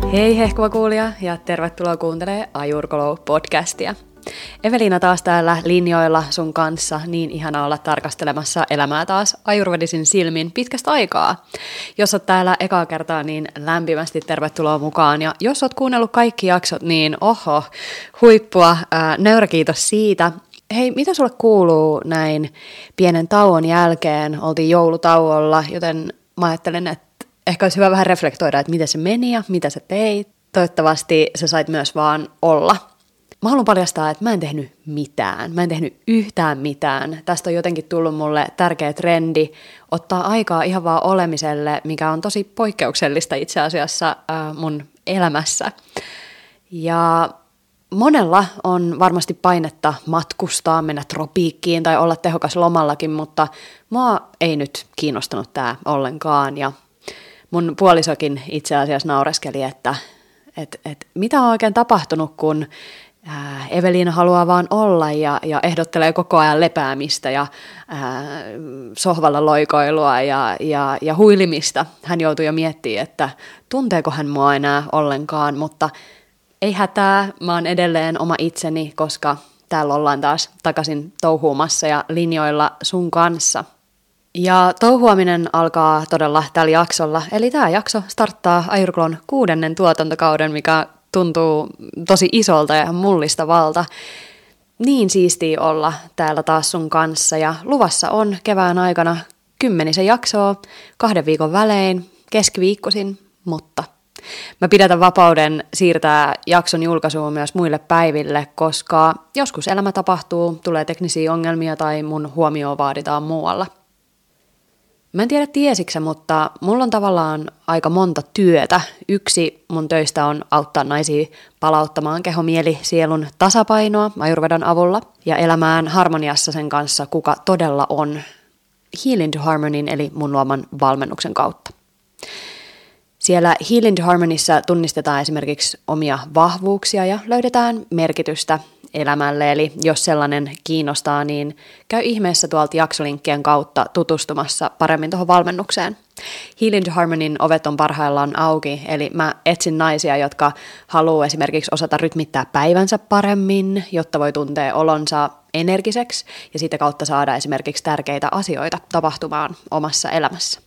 Hei hehkuva kuulija ja tervetuloa kuuntelemaan Ajurkolo-podcastia. Eveliina taas täällä linjoilla sun kanssa, niin ihana olla tarkastelemassa elämää taas ajurvedisin silmin pitkästä aikaa. Jos oot täällä ekaa kertaa, niin lämpimästi tervetuloa mukaan. Ja jos oot kuunnellut kaikki jaksot, niin huippua, nöyrä kiitos siitä. Hei, mitä sulle kuuluu näin pienen tauon jälkeen? Oltiin joulutauolla, joten mä ajattelen, että ehkä olisi hyvä vähän reflektoida, että miten se meni ja mitä sä teit. Toivottavasti sä sait myös vaan olla. Mä haluan paljastaa, että mä en tehnyt mitään. Mä en tehnyt yhtään mitään. Tästä on jotenkin tullut mulle tärkeä trendi ottaa aikaa ihan vaan olemiselle, mikä on tosi poikkeuksellista itse asiassa mun elämässä. Ja monella on varmasti painetta matkustaa, mennä tropiikkiin tai olla tehokas lomallakin, mutta mua ei nyt kiinnostanut tää ollenkaan. Ja mun puolisokin itse asiassa naureskeli, että mitä on oikein tapahtunut, kun Eveliina haluaa vaan olla ja ehdottelee koko ajan lepäämistä ja sohvalla loikoilua ja huilimista. Hän joutui jo miettimään, että tunteeko hän mua enää ollenkaan, mutta ei hätää, mä oon edelleen oma itseni, koska täällä ollaan taas takaisin touhuumassa ja linjoilla sun kanssa. Ja touhuaminen alkaa todella tällä jaksolla, eli tämä jakso starttaa Ajurkolon 6. tuotantokauden, mikä tuntuu tosi isolta ja mullistavalta. Niin siistiä olla täällä taas sun kanssa ja luvassa on kevään aikana 10 jaksoa 2 viikon välein, keskiviikkoisin, mutta mä pidätän vapauden siirtää jakson julkaisua myös muille päiville, koska joskus elämä tapahtuu, tulee teknisiä ongelmia tai mun huomioon vaaditaan muualla. Mä en tiedä tiesiksä, mutta mulla on tavallaan aika monta työtä. Yksi mun töistä on auttaa naisia palauttamaan keho, mieli, sielun tasapainoa Ayurvedan avulla ja elämään harmoniassa sen kanssa, kuka todella on, Healing to Harmonyn eli mun luoman valmennuksen kautta. Siellä Healing to Harmonyssä tunnistetaan esimerkiksi omia vahvuuksia ja löydetään merkitystä elämälle, eli jos sellainen kiinnostaa, niin käy ihmeessä tuolta jaksolinkkien kautta tutustumassa paremmin tuohon valmennukseen. Healing to Harmonyn ovet on parhaillaan auki, eli mä etsin naisia, jotka haluaa esimerkiksi osata rytmittää päivänsä paremmin, jotta voi tuntea olonsa energiseksi ja sitä kautta saada esimerkiksi tärkeitä asioita tapahtumaan omassa elämässä.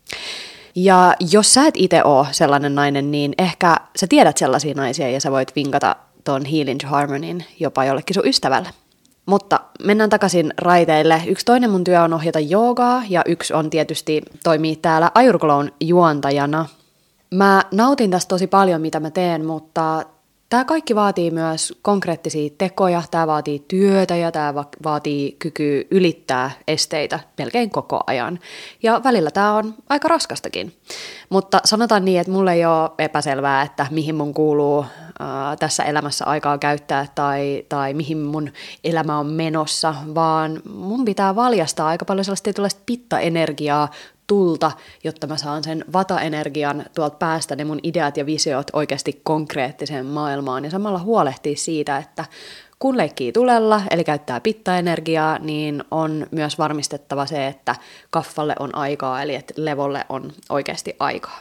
Ja jos sä et itse ole sellainen nainen, niin ehkä sä tiedät sellaisia naisia ja sä voit vinkata ton Healing to Harmonyn jopa jollekin sun ystävälle. Mutta mennään takaisin raiteille. Yksi toinen mun työ on ohjata joogaa ja yksi on tietysti toimia täällä Ajurkolon juontajana. Mä nautin tästä tosi paljon, mitä mä teen, mutta tää kaikki vaatii myös konkreettisia tekoja, tää vaatii työtä ja tää vaatii kykyä ylittää esteitä melkein koko ajan. Ja välillä tää on aika raskastakin. Mutta sanotaan niin, että mulle ei ole epäselvää, että mihin mun kuuluu tässä elämässä aikaa käyttää tai mihin mun elämä on menossa, vaan mun pitää valjastaa aika paljon sellaista tietynlaista pitta-energiaa, tulta, jotta mä saan sen vata-energian tuolta päästä ne mun ideat ja visiot oikeasti konkreettiseen maailmaan ja samalla huolehtia siitä, että kun leikkii tulella, eli käyttää pitta-energiaa, niin on myös varmistettava se, että kaffalle on aikaa, eli että levolle on oikeasti aikaa.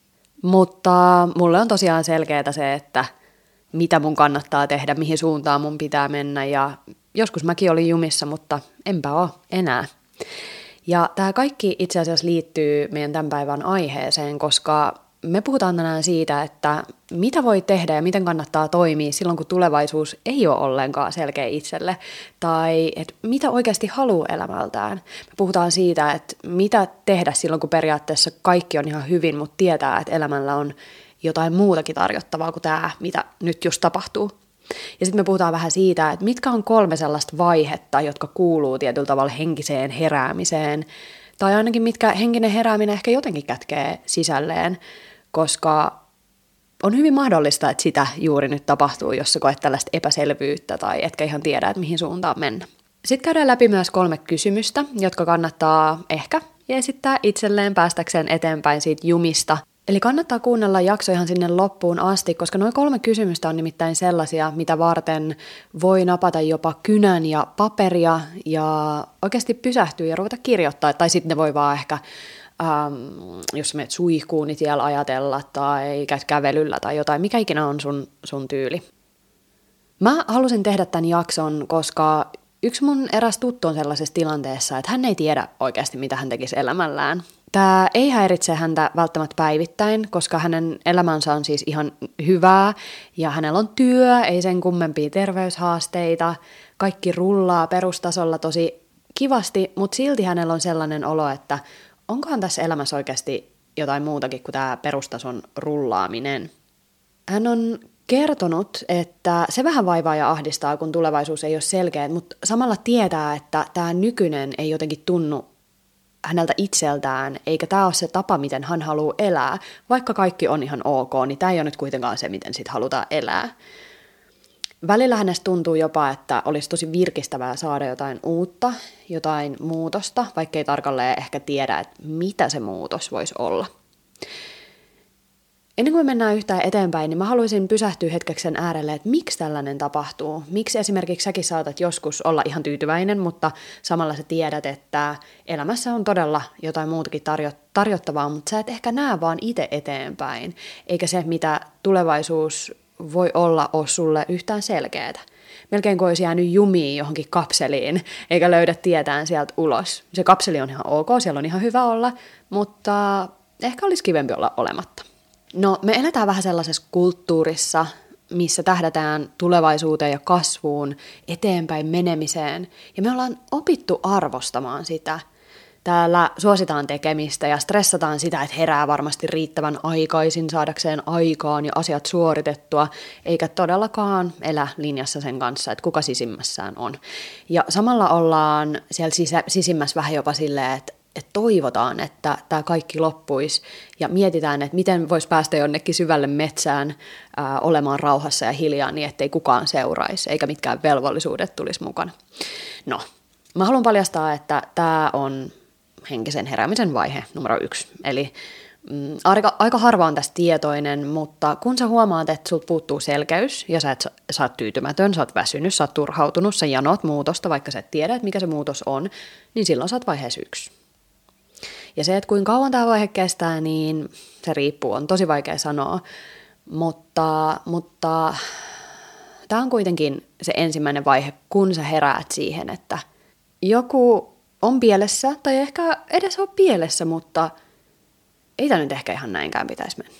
Mutta mulle on tosiaan selkeää se, että mitä mun kannattaa tehdä, mihin suuntaan mun pitää mennä ja joskus mäkin olin jumissa, mutta enpä ole enää. Ja tämä kaikki itse asiassa liittyy meidän tämän päivän aiheeseen, koska me puhutaan tänään siitä, että mitä voi tehdä ja miten kannattaa toimia silloin, kun tulevaisuus ei ole ollenkaan selkeä itselle, tai että mitä oikeasti haluaa elämältään. Me puhutaan siitä, että mitä tehdä silloin, kun periaatteessa kaikki on ihan hyvin, mutta tietää, että elämällä on jotain muutakin tarjottavaa kuin tämä, mitä nyt just tapahtuu. Ja sitten me puhutaan vähän siitä, että mitkä on 3 sellaista vaihetta, jotka kuuluu tietyllä tavalla henkiseen heräämiseen, tai ainakin mitkä henkinen herääminen ehkä jotenkin kätkee sisälleen, koska on hyvin mahdollista, että sitä juuri nyt tapahtuu, jos sä koet tällaista epäselvyyttä tai etkä ihan tiedä, että mihin suuntaan mennä. Sitten käydään läpi myös 3 kysymystä, jotka kannattaa ehkä esittää itselleen päästäkseen eteenpäin siitä jumista. Eli kannattaa kuunnella jakso ihan sinne loppuun asti, koska nuo 3 kysymystä on nimittäin sellaisia, mitä varten voi napata jopa kynän ja paperia ja oikeasti pysähtyä ja ruveta kirjoittaa, tai sitten ne voi vaan ehkä jos menet suihkuun, niin siellä ajatella tai käyt kävelyllä tai jotain, mikä ikinä on sun tyyli. Mä halusin tehdä tämän jakson, koska yksi mun eräs tuttu on sellaisessa tilanteessa, että hän ei tiedä oikeasti, mitä hän tekisi elämällään. Tämä ei häiritse häntä välttämättä päivittäin, koska hänen elämänsä on siis ihan hyvää ja hänellä on työ, ei sen kummempia terveyshaasteita, kaikki rullaa perustasolla tosi kivasti, mutta silti hänellä on sellainen olo, että onkohan tässä elämässä oikeasti jotain muutakin kuin tämä perustason rullaaminen. Hän on kertonut, että se vähän vaivaa ja ahdistaa, kun tulevaisuus ei ole selkeä, mutta samalla tietää, että tämä nykyinen ei jotenkin tunnu häneltä itseltään, eikä tämä ole se tapa, miten hän haluaa elää. Vaikka kaikki on ihan ok, niin tämä ei ole nyt kuitenkaan se, miten sit halutaan elää. Välillä hänestä tuntuu jopa, että olisi tosi virkistävää saada jotain uutta, jotain muutosta, vaikka ei tarkalleen ehkä tiedä, että mitä se muutos voisi olla. Ennen kuin me mennään yhtään eteenpäin, niin mä haluaisin pysähtyä hetkeksi sen äärelle, että miksi tällainen tapahtuu. Miksi esimerkiksi säkin saatat joskus olla ihan tyytyväinen, mutta samalla sä tiedät, että elämässä on todella jotain muutakin tarjottavaa, mutta sä et ehkä näe vaan itse eteenpäin, eikä se, mitä tulevaisuus voi olla sulle yhtään selkeätä. Melkein kuin olisi jäänyt jumiin johonkin kapseliin, eikä löydä tietään sieltä ulos. Se kapseli on ihan ok, siellä on ihan hyvä olla, mutta ehkä olisi kivempi olla olematta. No, me eletään vähän sellaisessa kulttuurissa, missä tähdätään tulevaisuuteen ja kasvuun, eteenpäin menemiseen, ja me ollaan opittu arvostamaan sitä. Täällä suositaan tekemistä ja stressataan sitä, että herää varmasti riittävän aikaisin saadakseen aikaan ja asiat suoritettua, eikä todellakaan elä linjassa sen kanssa, että kuka sisimmässään on. Ja samalla ollaan siellä sisimmässä vähän jopa silleen, että toivotaan, että tämä kaikki loppuisi ja mietitään, että miten voisi päästä jonnekin syvälle metsään olemaan rauhassa ja hiljaa niin, ettei kukaan seuraisi eikä mitkään velvollisuudet tulisi mukana. No, mä haluan paljastaa, että tämä on henkisen heräämisen vaihe numero 1. Eli aika harva on tästä tietoinen, mutta kun sä huomaat, että sulta puuttuu selkeys ja sä oot tyytymätön, sä oot väsynyt, sä oot turhautunut, sä janoat muutosta, vaikka sä et tiedä, että mikä se muutos on, niin silloin sä oot vaiheessa 1. Ja se, että kuinka kauan tämä vaihe kestää, niin se riippuu, on tosi vaikea sanoa, mutta tämä on kuitenkin se ensimmäinen vaihe, kun sä heräät siihen, että joku on pielessä, tai ehkä edes ole pielessä, mutta ei tämä nyt ehkä ihan näinkään pitäisi mennä.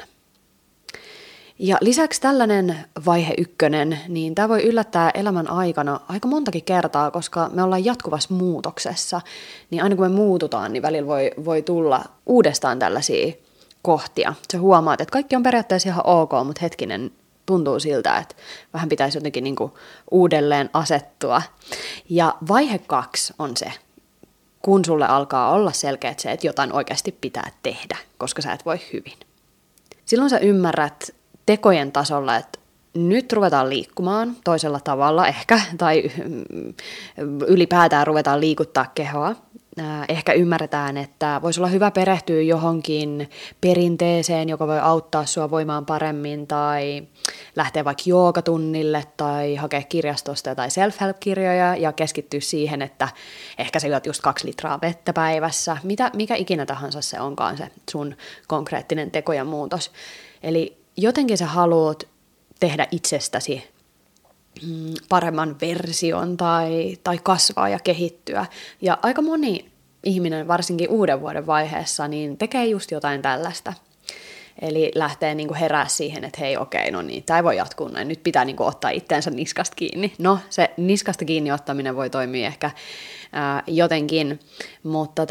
Ja lisäksi tällainen vaihe 1, niin tämä voi yllättää elämän aikana aika montakin kertaa, koska me ollaan jatkuvassa muutoksessa. Niin aina kun me muututaan, niin välillä voi tulla uudestaan tällaisia kohtia. Sä huomaat, että kaikki on periaatteessa ihan ok, mutta hetkinen tuntuu siltä, että vähän pitäisi jotenkin niinku uudelleen asettua. Ja vaihe 2 on se, kun sulle alkaa olla selkeät se, että jotain oikeasti pitää tehdä, koska sä et voi hyvin. Silloin sä ymmärrät tekojen tasolla, että nyt ruvetaan liikkumaan toisella tavalla ehkä, tai ylipäätään ruvetaan liikuttaa kehoa. Ehkä ymmärretään, että voisi olla hyvä perehtyä johonkin perinteeseen, joka voi auttaa sua voimaan paremmin, tai lähteä vaikka joogatunnille, tai hakea kirjastosta tai self-help-kirjoja, ja keskittyä siihen, että ehkä sä juot just 2 litraa vettä päivässä, mikä ikinä tahansa se onkaan se sun konkreettinen teko ja muutos. Eli jotenkin sä haluat tehdä itsestäsi paremman version tai kasvaa ja kehittyä. Ja aika moni ihminen, varsinkin uuden vuoden vaiheessa, niin tekee just jotain tällaista. Eli lähtee niinku herää siihen, että hei okei, no niin, tämä ei voi jatkuu näin, nyt pitää niinku ottaa itteensä niskasta kiinni. No, se niskasta kiinni ottaminen voi toimia ehkä jotenkin, mutta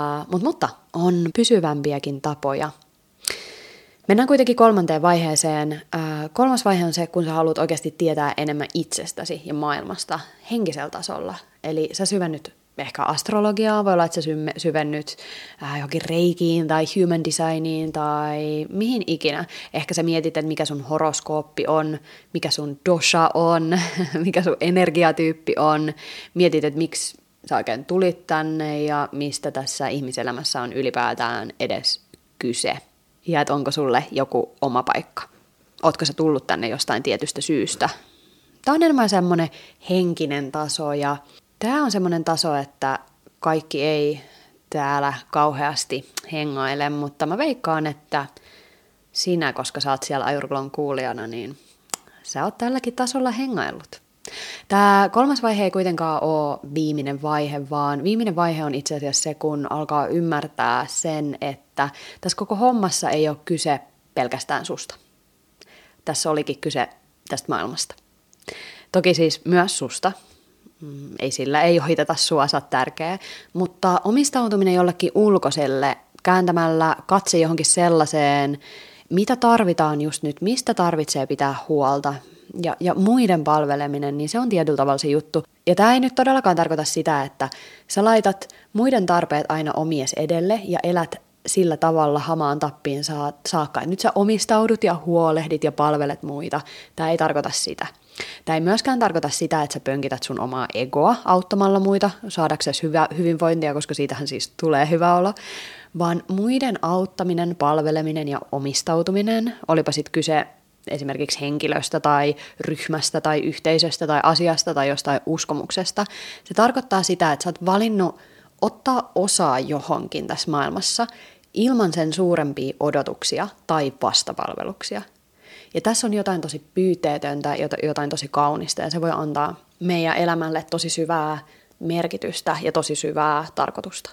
on pysyvämpiäkin tapoja. Mennään kuitenkin 3. vaiheeseen. 3. vaihe on se, kun sä haluat oikeasti tietää enemmän itsestäsi ja maailmasta henkisellä tasolla. Eli sä syvennyt ehkä astrologiaa, voi olla, että sä syvennyt johonkin reikiin tai human designiin tai mihin ikinä. Ehkä sä mietit, että mikä sun horoskooppi on, mikä sun dosha on, mikä sun energiatyyppi on. Mietit, että miksi sä oikein tulit tänne ja mistä tässä ihmiselämässä on ylipäätään edes kyse. Ja että onko sulle joku oma paikka. Ootko sä tullut tänne jostain tietystä syystä. Tämä on enemmän semmoinen henkinen taso ja tämä on semmoinen taso, että kaikki ei täällä kauheasti hengaile, mutta mä veikkaan, että sinä, koska sä oot siellä Ajurglon kuulijana, niin sä oot tälläkin tasolla hengaillut. Tämä 3. vaihe ei kuitenkaan ole viimeinen vaihe, vaan viimeinen vaihe on itse asiassa se, kun alkaa ymmärtää sen, että tässä koko hommassa ei ole kyse pelkästään susta. Tässä olikin kyse tästä maailmasta. Toki siis myös susta. Ei ohiteta sua, sä oot tärkeä. Mutta omistautuminen jollekin ulkoiselle, kääntämällä katse johonkin sellaiseen, mitä tarvitaan just nyt, mistä tarvitsee pitää huolta, ja muiden palveleminen, niin se on tietyllä tavalla se juttu. Ja tämä ei nyt todellakaan tarkoita sitä, että sä laitat muiden tarpeet aina omies edelle ja elät sillä tavalla hamaan tappiin saakka. Nyt sä omistaudut ja huolehdit ja palvelet muita. Tämä ei tarkoita sitä. Tämä ei myöskään tarkoita sitä, että sä pönkität sun omaa egoa auttamalla muita saadaksesi hyvinvointia, koska siitähän siis tulee hyvä olo, vaan muiden auttaminen, palveleminen ja omistautuminen, olipa sitten kyse esimerkiksi henkilöstä tai ryhmästä tai yhteisöstä tai asiasta tai jostain uskomuksesta. Se tarkoittaa sitä, että sä oot valinnut ottaa osaa johonkin tässä maailmassa ilman sen suurempia odotuksia tai vastapalveluksia. Ja tässä on jotain tosi pyyteetöntä, jotain tosi kaunista, ja se voi antaa meidän elämälle tosi syvää merkitystä ja tosi syvää tarkoitusta.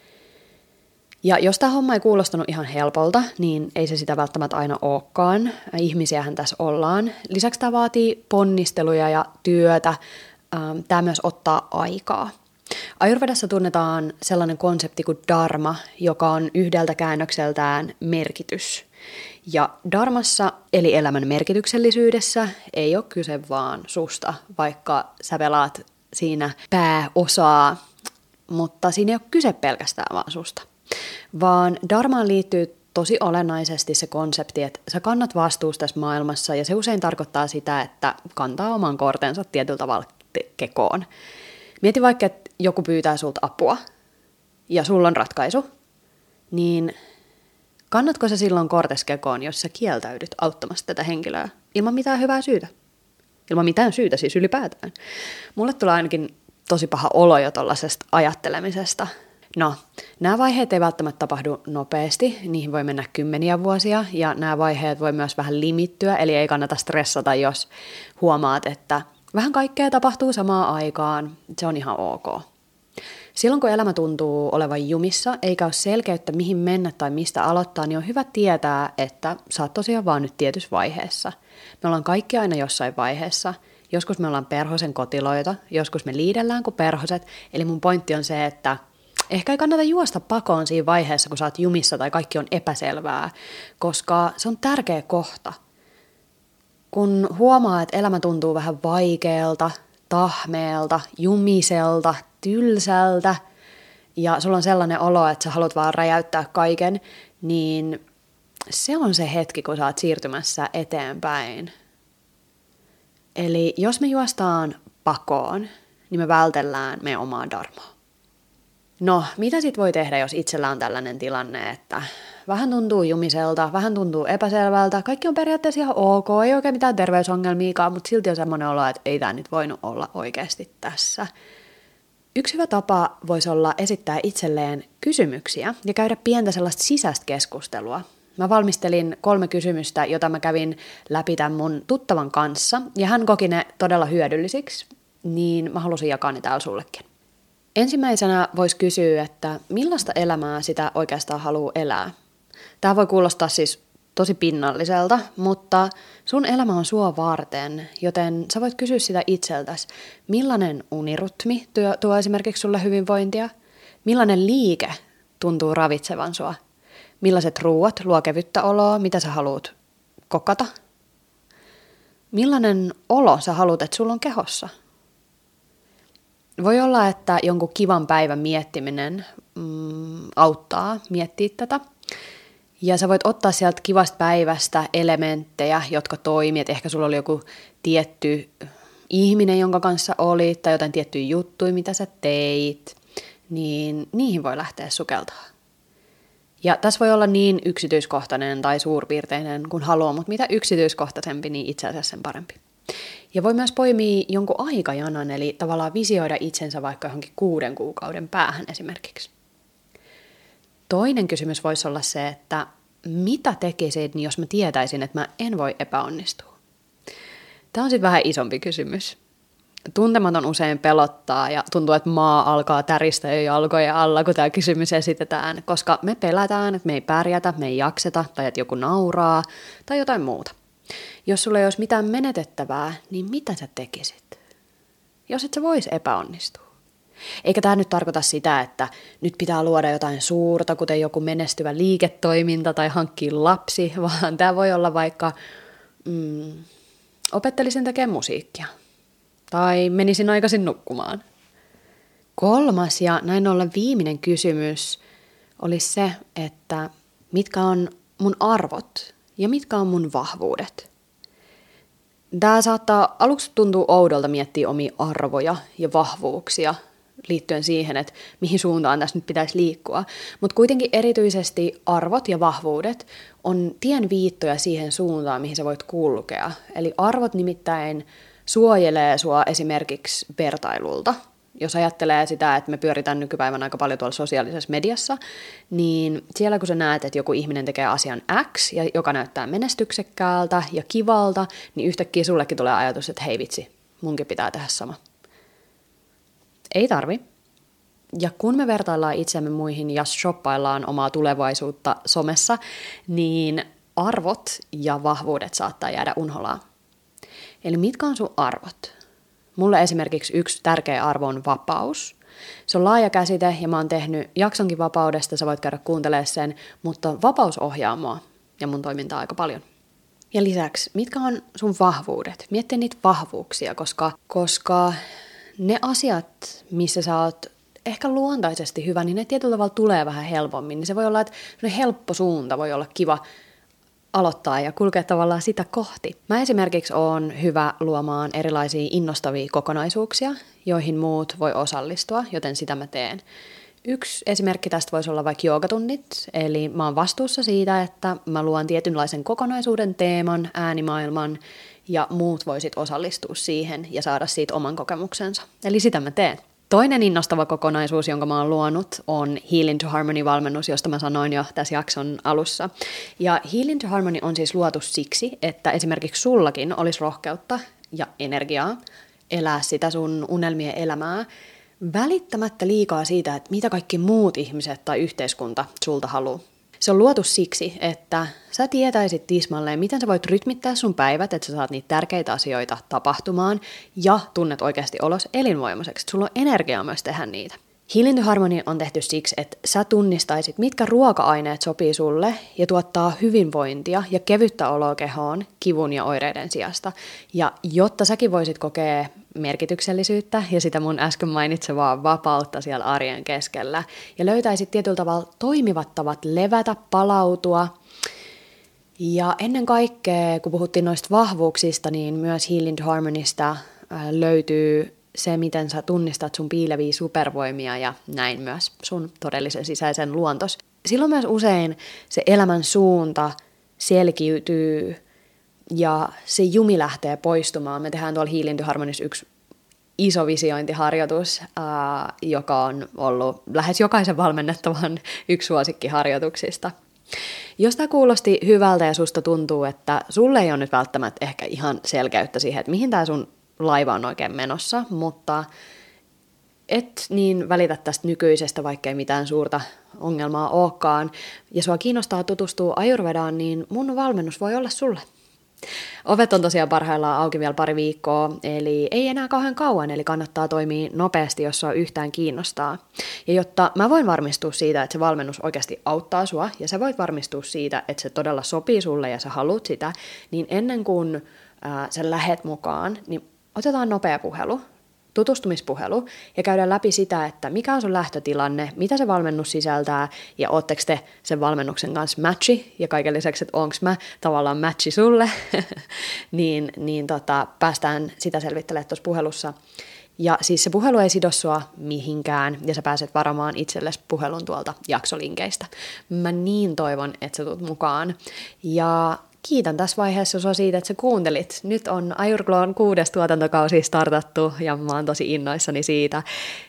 Ja jos tämä homma ei kuulostanut ihan helpolta, niin ei se sitä välttämättä aina olekaan. Ihmisiähän tässä ollaan. Lisäksi tämä vaatii ponnisteluja ja työtä. Tämä myös ottaa aikaa. Ayurvedassa tunnetaan sellainen konsepti kuin dharma, joka on yhdeltä käännökseltään merkitys. Ja dharmassa, eli elämän merkityksellisyydessä, ei ole kyse vaan susta, vaikka sä pelaat siinä pääosaa, mutta siinä ei ole kyse pelkästään vaan susta. Vaan dharmaan liittyy tosi olennaisesti se konsepti, että sä kannat vastuusta tässä maailmassa, ja se usein tarkoittaa sitä, että kantaa oman kortensa tietyllä tavalla kekoon. Mieti vaikka, että joku pyytää sulta apua, ja sulla on ratkaisu, niin kannatko sä silloin kortes kekoon, jos sä kieltäydyt auttamasta tätä henkilöä ilman mitään hyvää syytä? Ilman mitään syytä siis ylipäätään. Mulle tulee ainakin tosi paha olo jo tollasesta ajattelemisesta. No, nämä vaiheet ei välttämättä tapahdu nopeasti, niihin voi mennä kymmeniä vuosia, ja nämä vaiheet voi myös vähän limittyä, eli ei kannata stressata, jos huomaat, että vähän kaikkea tapahtuu samaan aikaan, se on ihan ok. Silloin kun elämä tuntuu olevan jumissa, eikä ole selkeyttä mihin mennä tai mistä aloittaa, niin on hyvä tietää, että sä oot tosiaan vaan nyt tietyssä vaiheessa. Me ollaan kaikki aina jossain vaiheessa. Joskus me ollaan perhosen kotiloita, joskus me liidellään kuin perhoset. Eli mun pointti on se, että ehkä ei kannata juosta pakoon siinä vaiheessa, kun sä oot jumissa tai kaikki on epäselvää, koska se on tärkeä kohta. Kun huomaa, että elämä tuntuu vähän vaikealta, tahmeelta, jumiselta, tylsältä, ja sulla on sellainen olo, että sä haluat vaan räjäyttää kaiken, niin se on se hetki, kun sä oot siirtymässä eteenpäin. Eli jos me juostaan pakoon, niin me vältellään meidän omaa dharmaa. No, mitä sit voi tehdä, jos itsellä on tällainen tilanne, että vähän tuntuu jumiselta, vähän tuntuu epäselvältä, kaikki on periaatteessa ihan ok, ei oikein mitään terveysongelmiakaan, mutta silti on semmoinen olo, että ei tämä nyt voinut olla oikeasti tässä. Yksi hyvä tapa voisi olla esittää itselleen kysymyksiä ja käydä pientä sellaista sisäistä keskustelua. Mä valmistelin 3 kysymystä, jota mä kävin läpi tämän mun tuttavan kanssa, ja hän koki ne todella hyödyllisiksi, niin mä halusin jakaa ne täällä sullekin. Ensimmäisenä voisi kysyä, että millaista elämää sitä oikeastaan haluaa elää. Tämä voi kuulostaa siis tosi pinnalliselta, mutta sun elämä on sua varten, joten sä voit kysyä sitä itseltäsi, millainen unirytmi tuo esimerkiksi sulle hyvinvointia, millainen liike tuntuu ravitsevan sua, millaiset ruuat luo kevyttä oloa, mitä sä haluat kokata, millainen olo sä haluat, että sulla on kehossa. Voi olla, että jonkun kivan päivän miettiminen auttaa miettiä tätä. Ja sä voit ottaa sieltä kivasta päivästä elementtejä, jotka toimii. Et ehkä sulla oli joku tietty ihminen, jonka kanssa olit, tai jotain tiettyjä juttuja, mitä sä teit. Niin niihin voi lähteä sukeltamaan. Ja tässä voi olla niin yksityiskohtainen tai suurpiirteinen kuin haluaa, mutta mitä yksityiskohtaisempi, niin itse asiassa sen parempi. Ja voi myös poimia jonkun aikajanan, eli tavallaan visioida itsensä vaikka johonkin 6 kuukauden päähän esimerkiksi. Toinen kysymys voisi olla se, että mitä tekisin, jos mä tietäisin, että mä en voi epäonnistua? Tämä on sitten vähän isompi kysymys. Tuntematon usein pelottaa ja tuntuu, että maa alkaa täristä jo jalkojen alla, kun tämä kysymys esitetään, koska me pelätään, että me ei pärjätä, me ei jakseta tai että joku nauraa tai jotain muuta. Jos sulla ei olisi mitään menetettävää, niin mitä sä tekisit? Jos et sä vois epäonnistua. Eikä tämä nyt tarkoita sitä, että nyt pitää luoda jotain suurta, kuten joku menestyvä liiketoiminta tai hankkia lapsi, vaan tämä voi olla vaikka opettelisin tekemään musiikkia tai menisin aikaisin nukkumaan. Kolmas ja näin ollen viimeinen kysymys olisi se, että mitkä on mun arvot ja mitkä on mun vahvuudet. Tämä saattaa aluksi tuntua oudolta miettiä omia arvoja ja vahvuuksia liittyen siihen, että mihin suuntaan tässä nyt pitäisi liikkua. Mutta kuitenkin erityisesti arvot ja vahvuudet on tien viittoja siihen suuntaan, mihin sä voit kulkea. Eli arvot nimittäin suojelee sua esimerkiksi vertailulta. Jos ajattelee sitä, että me pyöritään nykypäivänä aika paljon tuolla sosiaalisessa mediassa, niin siellä kun sä näet, että joku ihminen tekee asian X, ja joka näyttää menestyksekkäältä ja kivalta, niin yhtäkkiä sullekin tulee ajatus, että hei vitsi, munkin pitää tehdä sama. Ei tarvi. Ja kun me vertaillaan itsemme muihin ja shoppaillaan omaa tulevaisuutta somessa, niin arvot ja vahvuudet saattaa jäädä unholaan. Eli mitkä on sun arvot? Mulle esimerkiksi yksi tärkeä arvo on vapaus. Se on laaja käsite ja mä oon tehnyt jaksonkin vapaudesta, sä voit käydä kuuntelemaan sen, mutta vapaus ohjaa mua ja mun toimintaa aika paljon. Ja lisäksi, mitkä on sun vahvuudet? Mietti niitä vahvuuksia, koska ne asiat, missä sä oot ehkä luontaisesti hyvä, niin ne tietyllä tavalla tulee vähän helpommin. Niin se voi olla, että helppo suunta voi olla kiva aloittaa ja kulkea tavallaan sitä kohti. Mä esimerkiksi oon hyvä luomaan erilaisia innostavia kokonaisuuksia, joihin muut voi osallistua, joten sitä mä teen. Yksi esimerkki tästä voisi olla vaikka joogatunnit, eli mä oon vastuussa siitä, että mä luon tietynlaisen kokonaisuuden, teeman, äänimaailman, ja muut voisit osallistua siihen ja saada siitä oman kokemuksensa. Eli sitä mä teen. Toinen innostava kokonaisuus, jonka mä oon luonut, on Healing to Harmony-valmennus, josta mä sanoin jo tässä jakson alussa. Ja Healing to Harmony on siis luotu siksi, että esimerkiksi sullakin olisi rohkeutta ja energiaa elää sitä sun unelmien elämää, välittämättä liikaa siitä, että mitä kaikki muut ihmiset tai yhteiskunta sulta haluaa. Se on luotu siksi, että sä tietäisit tismalleen, miten sä voit rytmittää sun päivät, että sä saat niitä tärkeitä asioita tapahtumaan ja tunnet oikeasti olos elinvoimaiseksi, että sulla on energiaa myös tehdä niitä. Healing to Harmony on tehty siksi, että sä tunnistaisit, mitkä ruoka-aineet sopii sulle ja tuottaa hyvinvointia ja kevyttä oloa kehoon kivun ja oireiden sijasta. Ja jotta säkin voisit kokea merkityksellisyyttä ja sitä mun äsken mainitsevaa vapautta siellä arjen keskellä ja löytäisit tietyllä tavalla toimivat tavat levätä, palautua. Ja ennen kaikkea, kun puhuttiin noista vahvuuksista, niin myös Healing to Harmonysta löytyy se, miten sä tunnistat sun piileviä supervoimia ja näin myös sun todellisen sisäisen luontos. Silloin myös usein se elämän suunta selkiytyy ja se jumi lähtee poistumaan. Me tehdään tuolla Healing to Harmonys yksi iso visiointiharjoitus, joka on ollut lähes jokaisen valmennettavan yksi suosikkiharjoituksista. Jos tämä kuulosti hyvältä ja susta tuntuu, että sulle ei ole nyt välttämättä ehkä ihan selkeyttä siihen, että mihin tämä sun laiva on oikein menossa, mutta et niin välitä tästä nykyisestä, vaikkei mitään suurta ongelmaa olekaan, ja sua kiinnostaa tutustua Ayurvedaan, niin mun valmennus voi olla sulle. Ovet on tosiaan parhaillaan auki vielä pari viikkoa, eli ei enää kauhean kauan, eli kannattaa toimia nopeasti, jos sua yhtään kiinnostaa. Ja jotta mä voin varmistua siitä, että se valmennus oikeasti auttaa sua, ja sä voit varmistua siitä, että se todella sopii sulle ja sä haluat sitä, niin ennen kuin sä lähet mukaan, niin otetaan nopea puhelu, tutustumispuhelu, ja käydään läpi sitä, että mikä on sun lähtötilanne, mitä se valmennus sisältää, ja ootteko te sen valmennuksen kanssa matchi, ja kaiken lisäksi, että onko mä tavallaan matchi sulle, niin päästään sitä selvittelemään tuossa puhelussa. Ja siis se puhelu ei sido sua mihinkään, ja sä pääset varamaan itsellesi puhelun tuolta jaksolinkeistä. Mä niin toivon, että sä tulet mukaan. Ja kiitän tässä vaiheessa sua siitä, että sä kuuntelit. Nyt on Ayurglown 6. tuotantokausi startattu ja mä oon tosi innoissani siitä.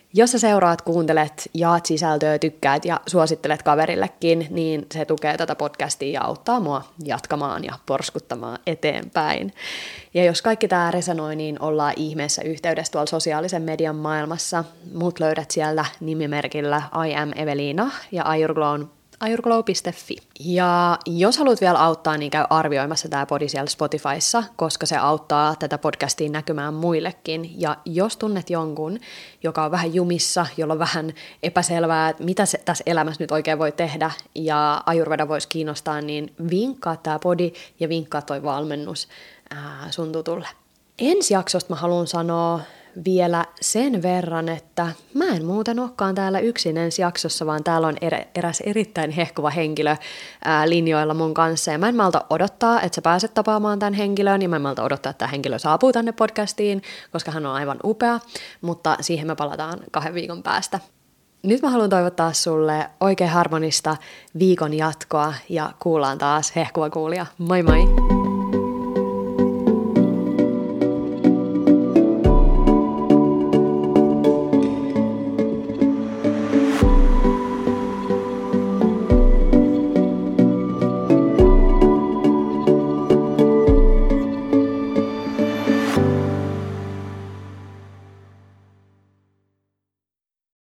Jos sä seuraat, kuuntelet, jaat sisältöä, tykkäät ja suosittelet kaverillekin, niin se tukee tätä podcastia ja auttaa mua jatkamaan ja porskuttamaan eteenpäin. Ja jos kaikki tää resonoi, niin ollaan ihmeessä yhteydessä tuolla sosiaalisen median maailmassa. Mut löydät siellä nimimerkillä I am Evelina ja ayurglow.fi. Ja jos haluat vielä auttaa, niin käy arvioimassa tämä podi siellä Spotifyssa, koska se auttaa tätä podcastia näkymään muillekin. Ja jos tunnet jonkun, joka on vähän jumissa, jolla on vähän epäselvää, että mitä se tässä elämässä nyt oikein voi tehdä, ja Ayurveda voisi kiinnostaa, niin vinkkaa tämä podi ja vinkkaa toi valmennus sun tutulle. Ensi jaksosta mä haluan sanoa vielä sen verran, että mä en muuten olekaan täällä yksin ensi jaksossa, vaan täällä on eräs erittäin hehkuva henkilö linjoilla mun kanssa. Ja mä en malta odottaa, että sä pääset tapaamaan tämän henkilön, ja mä en malta odottaa, että tämä henkilö saapuu tänne podcastiin, koska hän on aivan upea, mutta siihen me palataan 2 viikon päästä. Nyt mä haluan toivottaa sulle oikein harmonista viikon jatkoa, ja kuullaan taas hehkuva kuulija. Moi moi!